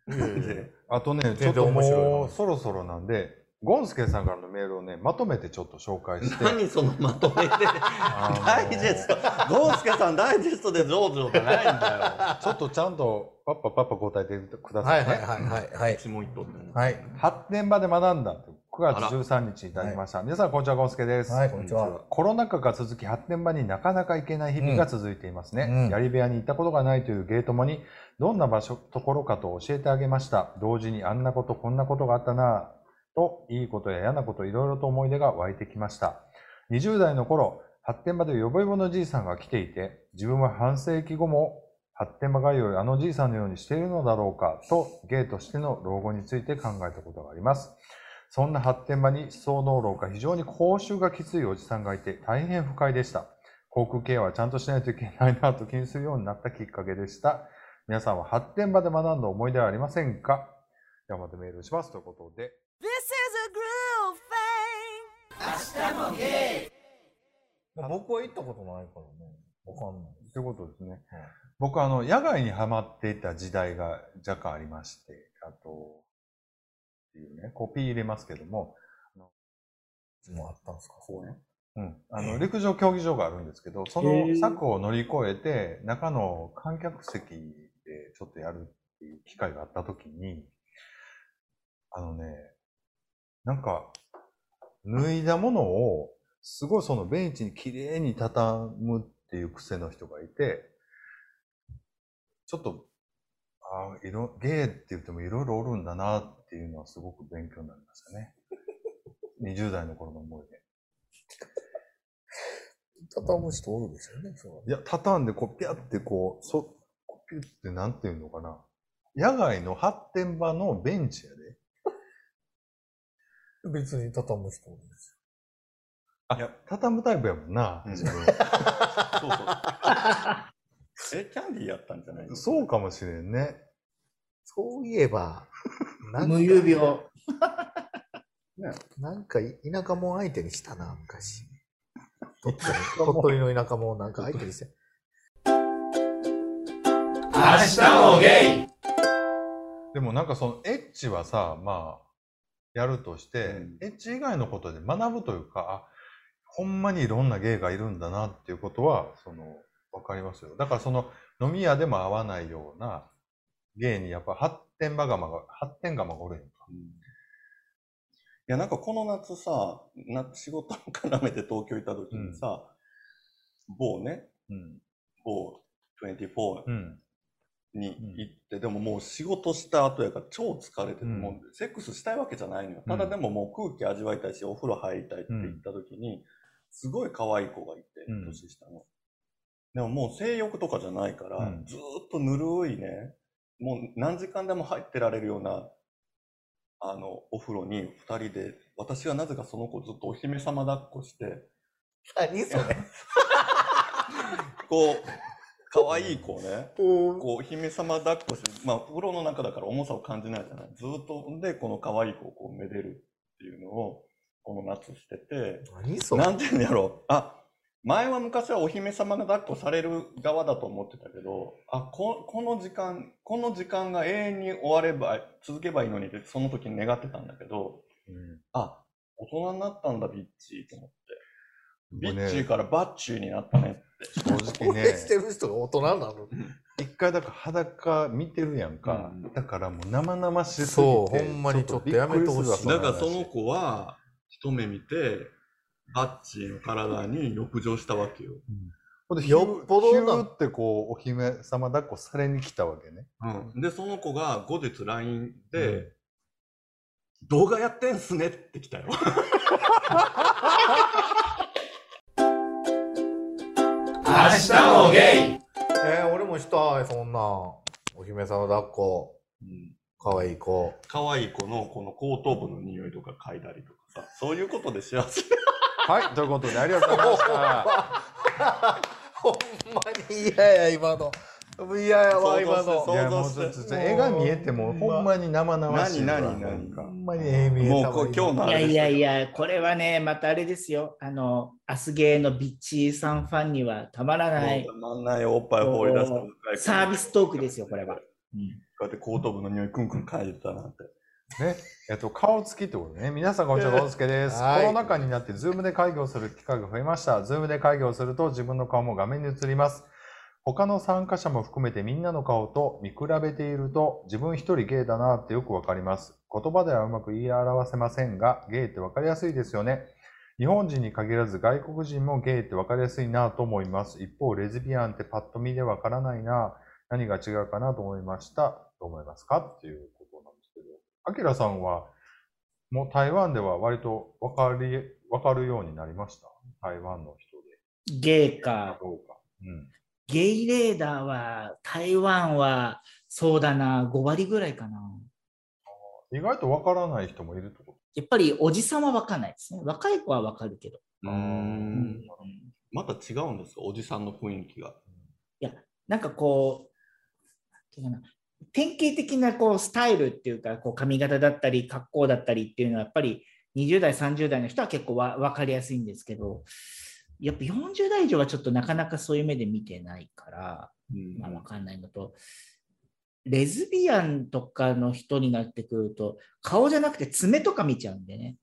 あとね、ちょっともうそろそろなんで、ゴンスケさんからのメールをね、まとめてちょっと紹介して。 何そのまとめて。ダイジェスト。ゴンスケさんダイジェストでどうぞじゃないんだよ。 ちょっとちゃんとパッパ答えてくださいね。 はい。もう一個はい。発展場で学んだ。9月13日にいただきました。皆さん、こんにちは、ゴンスケです。 はい、こんにちは。 コロナ禍が続き、発展場になかなか行けない日々が続いていますね。やり部屋に行ったことがないというゲートもに、どんな場所、ところかと教えてあげました。同時にあんなこと、こんなことがあったなぁ。と、いいことや嫌なこと、いろいろと思い出が湧いてきました。20代の頃、発展場でヨボヨボのじいさんが来ていて、自分は半世紀後も発展場通いをあのじいさんのようにしているのだろうかと、芸としての老後について考えたことがあります。そんな発展場に思想能労か非常に口臭がきついおじさんがいて大変不快でした。航空ケアはちゃんとしないといけないなと気にするようになったきっかけでした。皆さんは発展場で学んだ思い出はありませんか？ではまたメールしますということで。This is a groove thing. 明日もゲイ。僕は行ったことないからね。わかんない。 ということですね。僕は野外にハマっていた時代が若干ありまして、あと、っていうね、コピー入れますけども。 もうあったんですか、そうね。 陸上競技場があるんですけど、その柵を乗り越えて、中の観客席でちょっとやるっていう機会があったときに、なんか、脱いだものを、すごいそのベンチに綺麗に畳むっていう癖の人がいて、ちょっと、ゲーって言ってもいろいろおるんだなっていうのはすごく勉強になりましたね。20代の頃の思い出。 畳む人おるでしょうね。 いや、畳んでピャってピュってなんていうのかな。野外の発展場のベンチやで。 別に畳む人おるんですよ。いや、畳むタイプやもんな、自分。そうそう。キャンディーやったんじゃないの？ そうかもしれんね。 そういえば、 無遊病。 なんか田舎者相手にしたな、昔。鳥取の田舎者なんか相手にして。 明日もゲイ。 でもなんかそのエッチはさ、まあ、やるとして、エッチ以外のことで学ぶというか、ほんまにいろんな芸がいるんだなっていうことは、わかりますよ。だから飲み屋でも合わないような芸にやっぱ発展釜がおるやんか。 いや、なんかこの夏さ、仕事を絡めて東京行った時にさ、某24に行って、でももう仕事した後やから超疲れてて、もうセックスしたいわけじゃないのよ。ただでももう空気味わいたいし、お風呂入りたいって言った時に、すごい可愛い子がいて、年下の。でももう性欲とかじゃないから、ずーっとぬるいね、もう何時間でも入ってられるような、お風呂に二人で、私はなぜかその子ずっとお姫様抱っこして。 何それ可愛い子ね。お姫様抱っこして、まあ、風呂の中だから重さを感じないじゃない。ずっと、で、この可愛い子をめでるっていうのを、この夏してて。 何それなんていうんやろう。前は昔はお姫様が抱っこされる側だと思ってたけど、この時間が永遠に終われば、続けばいいのにって、その時に願ってたんだけど、大人になったんだ、ビッチーと思って。ビッチーからバッチーになったねって。 正直ね。 してる人が大人なの。 一回だから裸見てるやんか。だからもう生々しすぎて。 そう、ほんまにちょっとやめてほしい。 だからその子は、一目見て、バッチーの体に浴場したわけよ。 よっぽどヒューってお姫様抱っこされに来たわけね。 で、その子が後日 LINE で、動画やってんすねって来たよ。 明日もゲイ。 俺もしたい、そんな。お姫様抱っこ。可愛い子。 可愛い子のこの後頭部の匂いとか嗅いだりとかさ、そういうことで幸せ。 はい、ということでありがとうございました。 ほんまに嫌や、今の。嫌やわ、今の。 いや、もうちょっと絵が見えても、ほんまに生々しい。 何ほんまに絵見えたもう今日のあれいや、これはね、またあれですよ。アスゲーのビッチーさんファンにはたまらない。 たまんないおっぱい放り出したサービストークですよ、これは。 うやって後頭部の匂いクンクン嗅いでたなって。 ね、顔つきってことね。皆さんこんにちは、のうすけです。コロナ禍になってズームで会議をする機会が増えました。ズームで会議をすると自分の顔も画面に映ります。他の参加者も含めてみんなの顔と見比べていると自分一人ゲイだなってよくわかります。言葉ではうまく言い表せませんが、ゲイってわかりやすいですよね。日本人に限らず外国人もゲイってわかりやすいなと思います。一方、レズビアンってパッと見でわからないな。何が違うかなと思いました。どう思いますかっていうことなんですけど。アキラさんは、もう台湾では割とわかるようになりました。台湾の人で。 ゲイか。 どうか。うん。 ゲイレーダーは、台湾は、そうだな、5割ぐらいかな。 意外とわからない人もいるってこと？ やっぱりおじさんはわかんないですね。若い子はわかるけど。 また違うんですか、おじさんの雰囲気が。 いや、なんかこう、なんていうかな、典型的なこうスタイルっていうか、こう髪型だったり、格好だったりっていうのは、やっぱり20代、30代の人は結構わかりやすいんですけど、やっぱ40代以上はちょっとなかなかそういう目で見てないから、まあわかんないのと、レズビアンとかの人になってくると、顔じゃなくて爪とか見ちゃうんでね。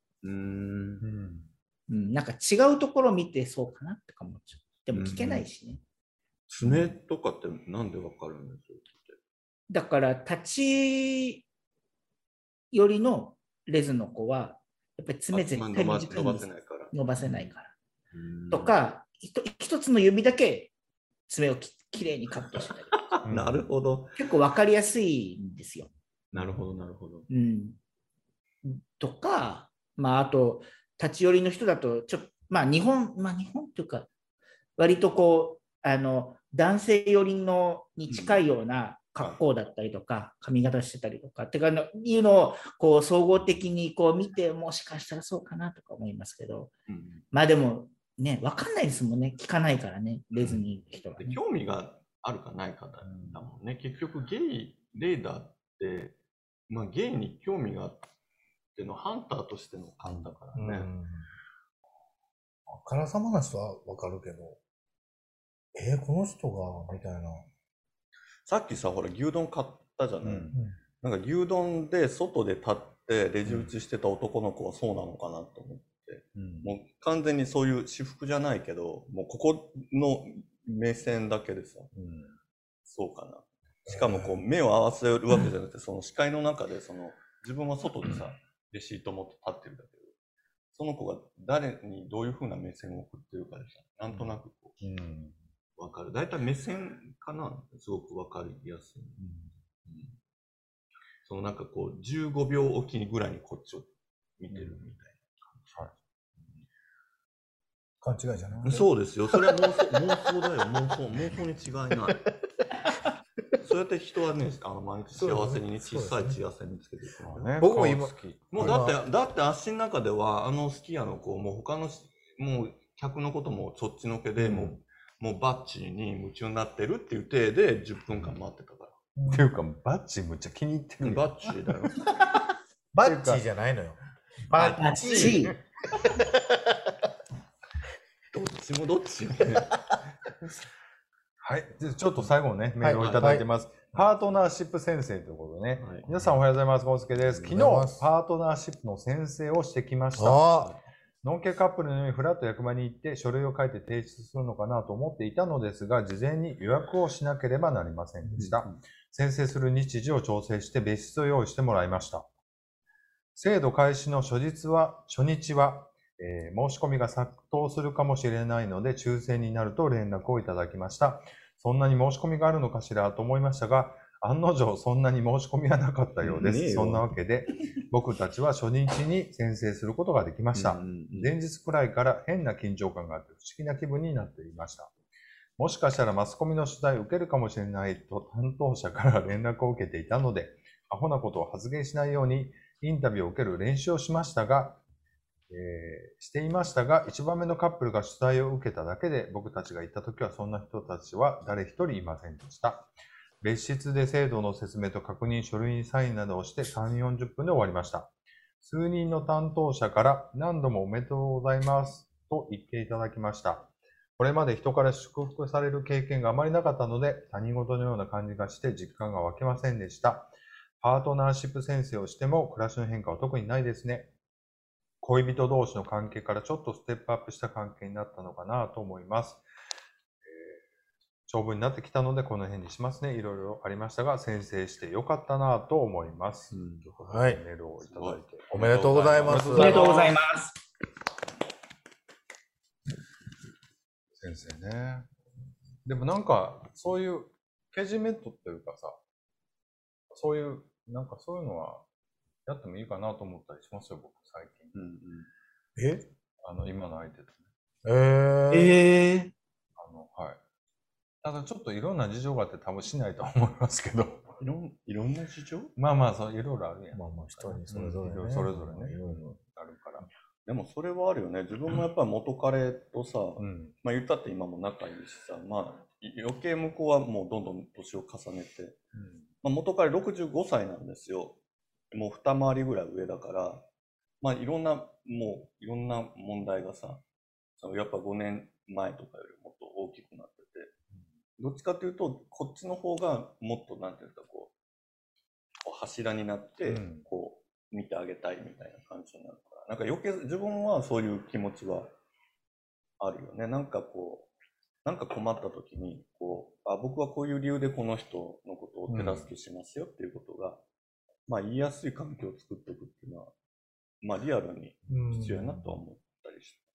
なんか違うところ見てそうかなって思っちゃう。でも聞けないしね。 爪とかってなんでわかるんですか？ だから立ち寄りのレズの子は、やっぱり爪絶対短いんです。伸ばせないから。とか、一つの指だけ爪をきれいにカットしたり。 なるほど。 結構わかりやすいんですよ。 なるほど、なるほど。 とか、まあ、あと、立ち寄りの人だと、まあ、日本っていうか、割とこう、男性寄りのに近いような格好だったりとか、髪型してたりとか、っていうのを、こう、総合的にこう見て、もしかしたらそうかなとか思いますけど、まあでも、ね、わかんないですもんね。聞かないからね、レズに人は、ね。 興味があるかないかだもんね。結局、ゲイレーダーって、まあ、ゲイに興味があってのハンターとしての勘だからね。 あからさまな人はわかるけど、この人が、みたいな。 さっきさ、ほら、牛丼買ったじゃない。なんか牛丼で外で立ってレジ打ちしてた男の子はそうなのかなと思って、もう完全にそういう私服じゃないけど、もうここの目線だけでさ、そうかな。しかもこう目を合わせるわけじゃなくて、その視界の中で自分は外でさ、レシート持って立ってるんだけど、その子が誰にどういう風な目線を送ってるかでさ、なんとなくこう、わかる。だいたい目線かな、すごくわかりやすい。なんかこう、15秒おきにぐらいにこっちを見てるみたいな勘違いじゃない？ そうですよ。それは妄想だよ。妄想に違いない。そうやって人はね、毎日幸せにね、小さい幸せにつけていくのね。 僕も今、 もうだって足の中では、すき家の子、もう他の、もう客のこともそっちのけで、もうバッチに夢中になってるっていう体で10分間待ってたから。 っていうか、バッチむっちゃ気に入ってる。 バッチだよ。 バッチじゃないのよ。 バッチ。 どっちはい。ちょっと最後ね、メールをいただいてます。パートナーシップ先生ということでね。皆さんおはようございます。ゴンスケです。昨日、パートナーシップの先生をしてきました。ノンケカップルのようにフラッと役場に行って書類を書いて提出するのかなと思っていたのですが、事前に予約をしなければなりませんでした。宣誓する日時を調整して別室を用意してもらいました。制度開始の初日は、申し込みが殺到するかもしれないので、抽選になると連絡をいただきました。そんなに申し込みがあるのかしらと思いましたが、案の定そんなに申し込みはなかったようです。そんなわけで、僕たちは初日に宣誓することができました。前日くらいから変な緊張感があって不思議な気分になっていました。もしかしたらマスコミの取材を受けるかもしれないと担当者から連絡を受けていたので、アホなことを発言しないようにインタビューを受ける練習をしていましたが、1番目のカップルが取材を受けただけで、僕たちが行った時はそんな人たちは誰一人いませんでした。別室で制度の説明と確認、書類にサインなどをして3、40分で終わりました。数人の担当者から何度もおめでとうございますと言っていただきました。これまで人から祝福される経験があまりなかったので、他人事のような感じがして実感が湧きませんでした。 パートナーシップ宣誓をしても暮らしの変化は特にないですね。恋人同士の関係からちょっとステップアップした関係になったのかなと思います。長文になってきたのでこの辺にしますね。いろいろありましたが、宣誓してよかったなと思います。 はい。 メールをいただいて。 おめでとうございます。 おめでとうございます。 先生ね。でもなんか、そういうケジメットっていうかさ、そういうのはやってもいいかなと思ったりしますよ、僕、最近。今の相手とね。はい。ただちょっといろんな事情があって多分しないと思いますけど。 いろんな事情？ まあまあ、そういろいろあるやん。 まあまあ、人にそれぞれね。 それぞれね。いろいろあるから。 でもそれはあるよね。自分もやっぱり元彼とさ、まあ言ったって今も仲いいしさ、まあ余計向こうはもうどんどん年を重ねて、まあ元彼65歳なんですよ。もう二回りぐらい上だから、まあいろんな問題がさ、やっぱ5年前とかよりもっと大きくなってて、どっちかというと、こっちの方がもっとなんていうかこう柱になって、こう見てあげたいみたいな感じになるから、なんか余計自分はそういう気持ちはあるよね。なんかこう、なんか困った時に、こう、僕はこういう理由でこの人のことを手助けしますよっていうことが、まあ言いやすい環境を作っておくっていうのは、まあリアルに必要やなとは思ったりして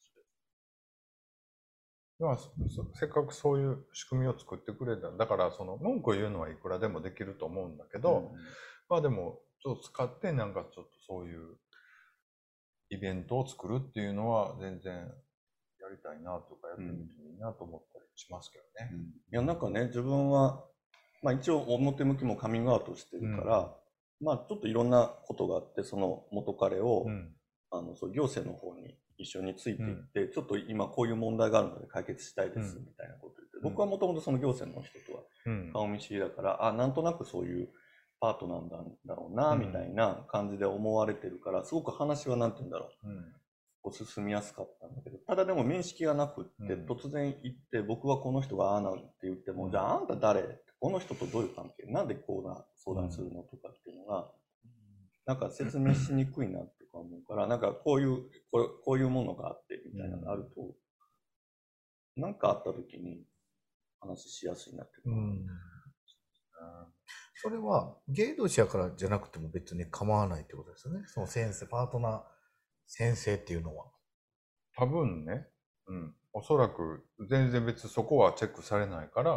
ます。せっかくそういう仕組みを作ってくれた。だからその文句を言うのはいくらでもできると思うんだけど、まあでもちょっと使ってなんかちょっとそういうイベントを作るっていうのは全然やりたいなとかやってみてもいいなと思ったりしますけどね。 いやなんかね、自分は、まあ一応表向きもカミングアウトしてるから、まあちょっといろんなことがあって、その元彼を、そう行政の方に一緒についていって、ちょっと今こういう問題があるので解決したいですみたいなこと言って、僕はもともとその行政の人とは顔見知りだから、なんとなくそういうパートナーなんだろうなみたいな感じで思われてるから、すごく話はなんて言うんだろう、進みやすかったんだけど、ただでも面識がなくって、突然行って僕はこの人がああなんて言っても、じゃああんた誰？この人とどういう関係？なんでこうな相談するのとかっていうのが、なんか説明しにくいなとか思うから、なんかこういうものがあってみたいなのがあると、なんかあった時に話しやすいなっていうか。 それはゲイ同士やからじゃなくても別に構わないってことですよね。その先生、パートナー先生っていうのは。 多分ね、おそらく全然別にそこはチェックされないから、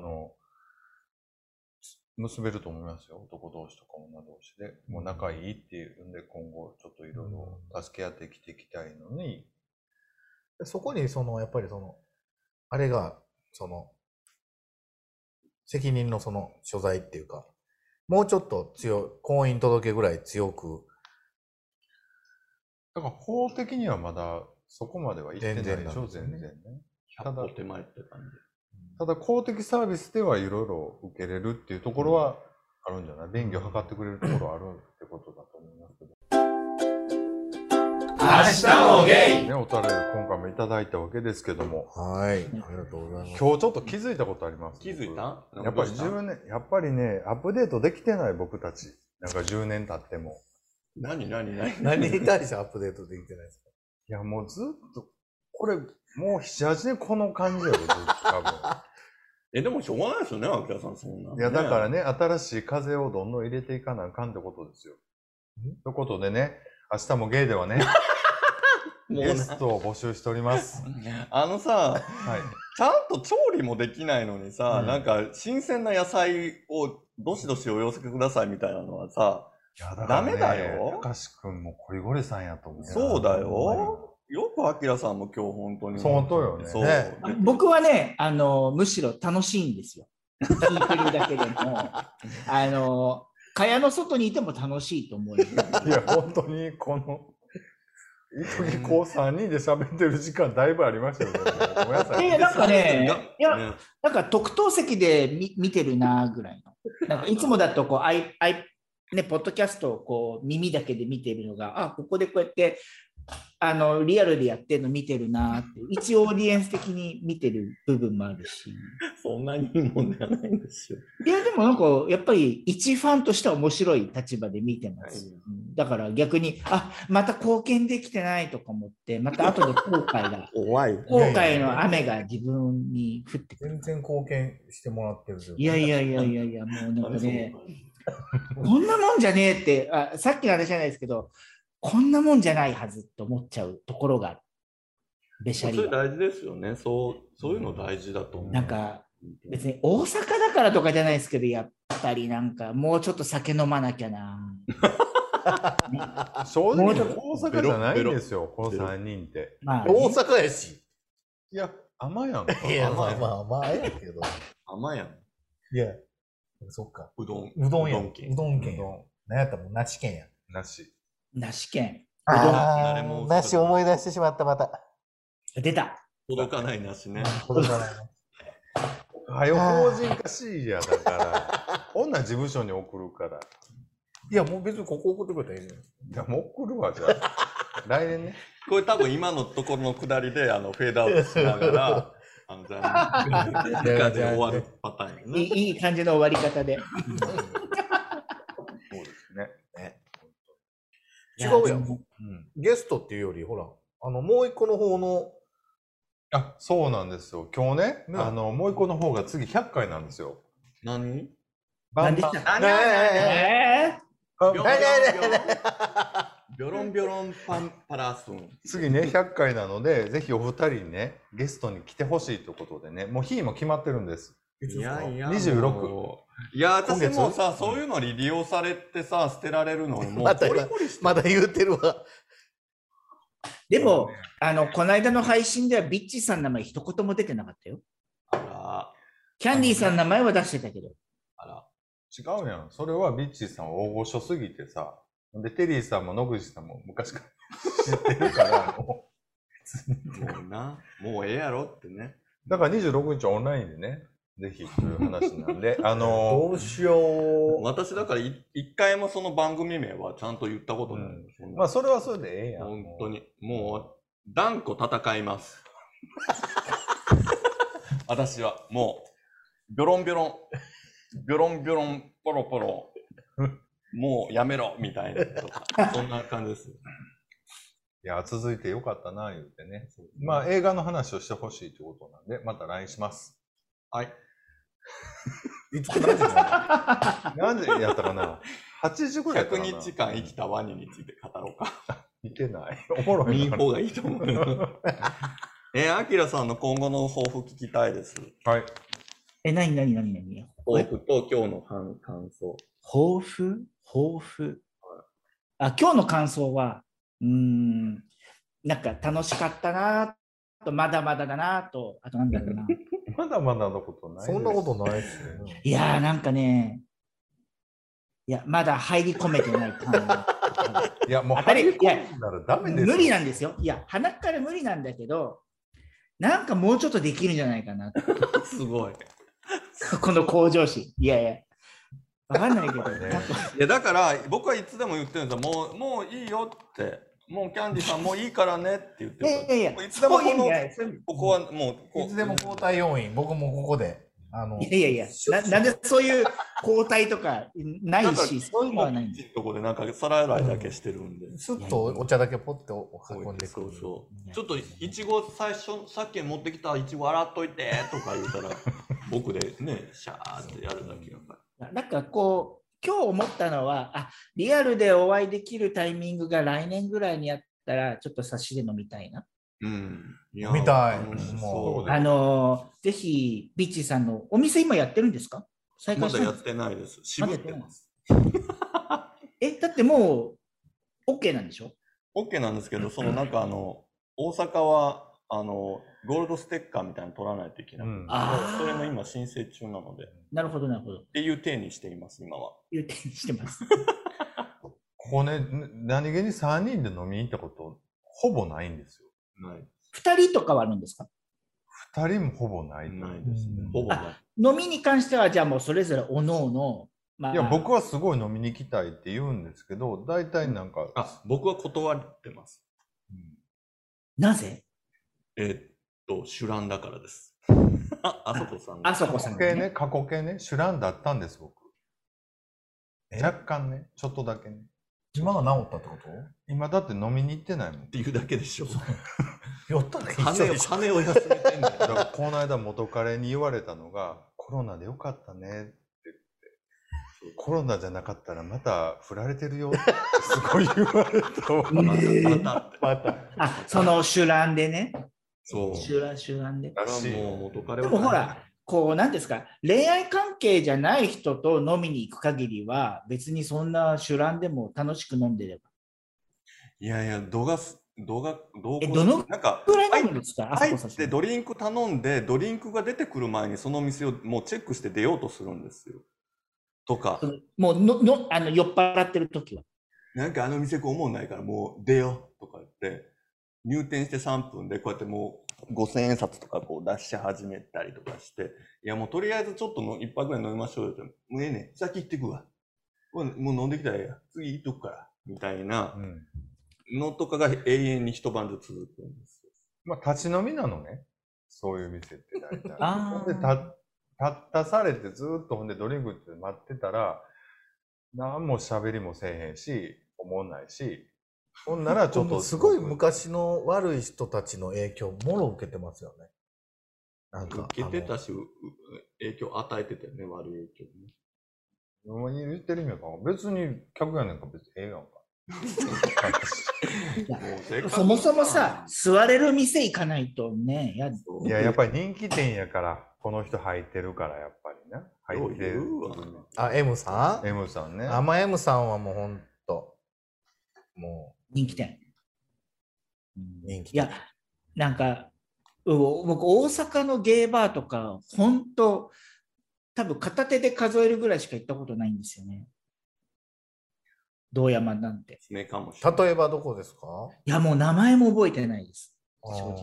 結べると思いますよ。男同士とか女同士で。もう仲いいっていうんで、今後ちょっといろいろ助け合って生きていきたいのに。 そこに、やっぱりあれが、責任の所在っていうか、もうちょっと婚姻届ぐらい強く。 だから法的にはまだそこまでは言ってないでしょ、全然ね。 100歩手前って感じ。 ただ公的サービスではいろいろ受けれるっていうところはあるんじゃない？便宜を図ってくれるところあるってことだと思いますけど。 明日もゲイ！ ね、お便り今回もいただいたわけですけども。 はい。ありがとうございます。 今日ちょっと気づいたことあります。 気づいた？ やっぱりやっぱりね、アップデートできてない僕たち。なんか10年経っても。 何に対してアップデートできてないですか？ いや、もうずっと、これ、もう7、8年この感じやろ、ずっと多分。 でもしょうがないですよね、秋田さん、そんな、 いや、だからね、新しい風をどんどん入れていかなあかんってことですよ。ということでね、明日もゲイではね、ゲストを募集しております。 さ、ちゃんと調理もできないのにさ、なんか新鮮な野菜をどしどしお寄せくださいみたいなのはさ、ダメだよ。 高志くんもコリゴリさんやと思う。 そうだよ。よくアキラさんも今日本当に。 本当よね。 僕はね、むしろ楽しいんですよ。聞いてるだけでも。蚊帳の外にいても楽しいと思う。 いや、本当にこの、こう3人で喋ってる時間だいぶありましたよね。ごめんなさい。 なんかね、なんか特等席で見てるなぐらいの。なんかいつもだとこう、ポッドキャストをこう耳だけで見ているのが、ここでこうやってリアルでやってるの見てるなって、一応オーディエンス的に見てる部分もあるし。 そんなにいいもんではないんですよ。 いや、でもなんか、やっぱり一ファンとしては面白い立場で見てます。だから逆に、また貢献できてないとか思って、また後で後悔が、 怖い。 後悔の雨が自分に降ってくる。 全然貢献してもらってる。 いや、もうなんかね、こんなもんじゃねえって、さっきの話じゃないですけど、こんなもんじゃないはずって思っちゃうところがある。べしゃりそれ大事ですよね。そういうの大事だと思う。 なんか、別に大阪だからとかじゃないですけど、やっぱりなんか、もうちょっと酒飲まなきゃな。 正直、大阪じゃないんですよ、この3人って。 まあ、大阪やし。 いや、甘やんか。 いや、まあ、甘やけど。 甘やん。 いや、そっか。 うどんやん。うどん県や。何やったもん、梨県や。 梨県。 梨思い出してしまった、また。 出た。 届かない梨ね。 届かない。 はよ、法人化しや、だから。こんな事務所に送るから。 いや、もう別にここ送ってくれたらいいじゃん。 いや、もう送るわ、じゃあ。来年ね。 これ多分今のところの下りで、フェードアウトしながら、じゃあ、終わるパターンね。 いい感じの終わり方で。 そうですね。 違うやん。ゲストっていうより、ほら、もう一個の方の。 そうなんですよ。今日ね、もう一個の方が次100回なんですよ。 何でしたかビョロンビョロンパンパラスン。 次ね、100回なので、ぜひお二人にね、ゲストに来てほしいということでね、もう日も決ままってるんです。 いやいや、 26。 いや、私もさ、そういうのに利用されてさ、捨てられるのにもうコリコリしてまだ言うてるわ。 でも、この間の配信ではビッチーさんの名前一言も出てなかったよ。キャンディーさんの名前は出してたけど。 違うやん。それはビッチーさんは大御所すぎてさ。で、テリーさんも野口さんも昔から知ってるから、もう。もうええやろってね。 だから26日オンラインでね、ぜひという話なんで、 どうしよう。 私だから一回もその番組名はちゃんと言ったことない。 まあそれはそれでええやん。 本当に。もう、断固戦います。私は、もう、ビョロンビョロン、ビョロンビョロン、ポロポロ、もうやめろみたいなとか、そんな感じです。 いや、続いてよかったな、言うてね。まあ映画の話をしてほしいということなんで、また LINE します。 はい。 いつ何時何時やったかな ?8 時ぐらいかな。 100日間生きたワニについて語ろうか。 見てない。おもろい。 見ん方がいいと思う。アキラさんの今後の抱負聞きたいです。 はい。 何抱負と今日の感想。 抱負今日の感想は、なんか楽しかったなと、まだまだだなと、あとなんだろうな。 まだまだのことない。 そんなことないですよね。 いやーなんかね、まだ入り込めてない感じ。いや、もう入り込んだらダメですよ。 無理なんですよ。いや、鼻から無理なんだけど、なんかもうちょっとできるんじゃないかな。 すごい。 この向上心。いやいや。わかんないけどね。 いや、だから僕はいつでも言ってるんですよ。もういいよって。もうキャンディさんもういいからねって言ってる。 いやいつでもここはもう。 いつでも交代要員、僕もここで。 いや、なんでそういう交代とかないし、そういうのはないんです。 とこでなんか皿洗いだけしてるんで。 すっとお茶だけポッて運んでくる。 そうちょっといちご最初、さっき持ってきたいちご洗っといてとか言うたら、僕でね、シャーってやるだけやから。 なんかこう、今日思ったのは、リアルでお会いできるタイミングが来年ぐらいにあったら、ちょっと差しで飲みたいな。 見たい。 ぜひ、ビッチーさんのお店今やってるんですか？ まだやってないです。渋ってます。 だってもう OK なんでしょ？ OK なんですけど、なんか大阪はゴールドステッカーみたいなの取らないといけなくて、それの今申請中なので。 なるほど、なるほど。 っていう体にしています、今は。 いう体にしてます。 ここね、何気に3人で飲みに行ったことほぼないんですよ。 ない。 2人とかはあるんですか ？2人もほぼない。 ないですね。ほぼない。 飲みに関しては、じゃあもうそれぞれおのおの。 いや、僕はすごい飲みに行きたいって言うんですけど、大体なんか。 僕は断ってます。 なぜ？ シュランだからです。あそこさん。 あそこさんね。 過去形ね、シュランだったんです、僕。若干ね、ちょっとだけね。 今が治ったってこと？ 今だって飲みに行ってないもん。 っていうだけでしょ。 酔ったら一緒羽を休めてんだよ。 だからこの間元彼に言われたのが、コロナでよかったねって言って、コロナじゃなかったらまた振られてるよってすごい言われた。 また。 あ、そのシュランでね。 そう。 シュランで。 もう元彼は。 でもほら、こう、なんですか、恋愛関係じゃない人と飲みに行く限りは、別にそんなシュランでも楽しく飲んでれば。 いやいや、どのなんか、ぐらい飲むんですか？ 入ってドリンク頼んで、ドリンクが出てくる前にその店をもうチェックして出ようとするんですよ。とか。 もう酔っ払ってる時は。 なんか店こう思んないからもう出ようとか言って、入店して3分でこうやってもう5000円札とかこう出し始めたりとかして、いやもうとりあえずちょっと一杯ぐらい飲みましょうよって、もうええねん、先行ってくわ。もう飲んできたらええや。次行っとくから。みたいなのとかが永遠に一晩ずつ続くんですよ。 まあ立ち飲みなのね。そういう店って大体。 あで、立たされてずっとほんでドリンクって待ってたら、何も喋りもせえへんし、思わないし、ほんならちょっとすごい昔の悪い人たちの影響もろ受けてますよね。なんか受けてたし、影響与えてたよね、悪い影響ね。 何言ってる意味か別に客やねんか別に映画か。 そもそもさ、座れる店行かないとね。 いや、やっぱり人気店やから、この人入ってるから、やっぱりな。入ってる。 あ、M さん？ M さんね。 M さんはもうほんと、もう。 人気店。 人気店。 いや、なんか、僕、大阪のゲーバーとか、ほんと、多分片手で数えるぐらいしか行ったことないんですよね。堂山なんて。 例えばどこですか？ いや、もう名前も覚えてないです。正直。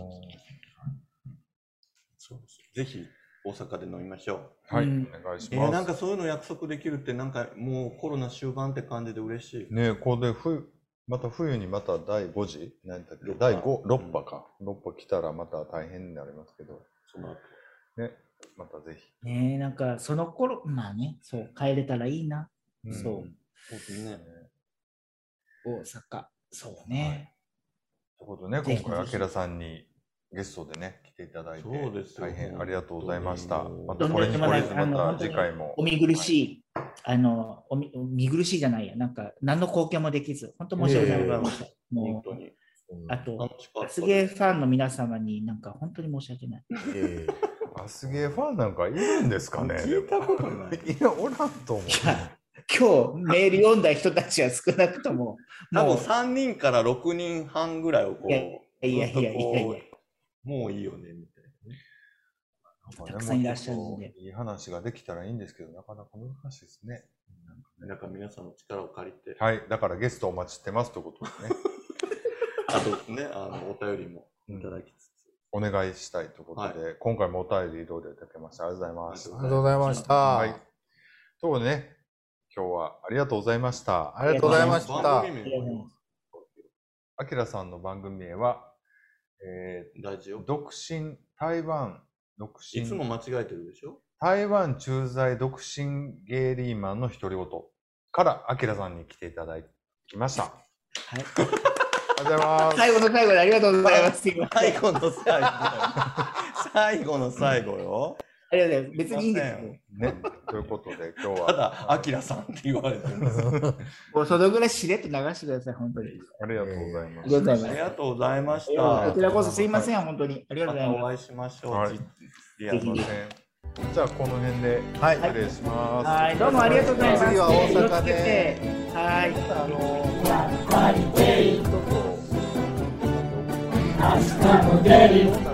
そうぜひ大阪で飲みましょう。はい、お願いします。 なんかそういうの約束できるって、なんかもうコロナ終盤って感じで嬉しい。 ね、これでまた冬にまた第5次何だっけ第6波か。6波来たらまた大変になりますけど。 その後。 ね、またぜひ。 ね、なんかその頃、まあね、そう、帰れたらいいな。そう。 そうですね。 大阪、そうね。 ということでね、今回、あきらさんにゲストでね、来ていただいて、大変ありがとうございました。またこれに懲りず、また次回も。 お見苦しい、お見苦しいじゃないや、なんか、何の貢献もできず、本当申し訳ございません。もう、あと、アスゲーファンの皆様になんか、本当に申し訳ない。 アスゲーファンなんかいるんですかね？ 聞いたことない。 いや、おらんと思う。 今日メール読んだ人たちは少なくとも多分3人から6人半ぐらいをこういやもういいよねみたいな、たくさんいらっしゃるんで、 いい話ができたらいいんですけどなかなか難しいですね。 だから皆さんの力を借りて、 はい、だからゲストお待ちしてますということですね。 あとね、お便りもいただきつつ、 お願いしたいということで、今回もお便りどうでいただきました。ありがとうございます。 ありがとうございました。 はい。ということでね、今日はありがとうございました。 ありがとうございました。 あきらさんの番組名は、独身、台湾、独身。 いつも間違えてるでしょ？ 台湾駐在独身ゲイリーマンの独り言からあきらさんに来ていただきました。はい。ありがとうございます。 最後の最後でありがとうございます。 最後の最後。最後の最後よ。 ありがとうございます。別にいいんですよ。 ね。ということで、今日は。 ただ、あきらさんって言われてるんです。 もうそのぐらいしれっと流してください、本当に。 ありがとうございます。 ありがとうございました。 こちらこそすいません、本当に。ありがとうございます。 またお会いしましょう。 はい。じゃあ、この辺で失礼します。 はい、どうもありがとうございます。 次は大阪で。 はい。 明日も出る。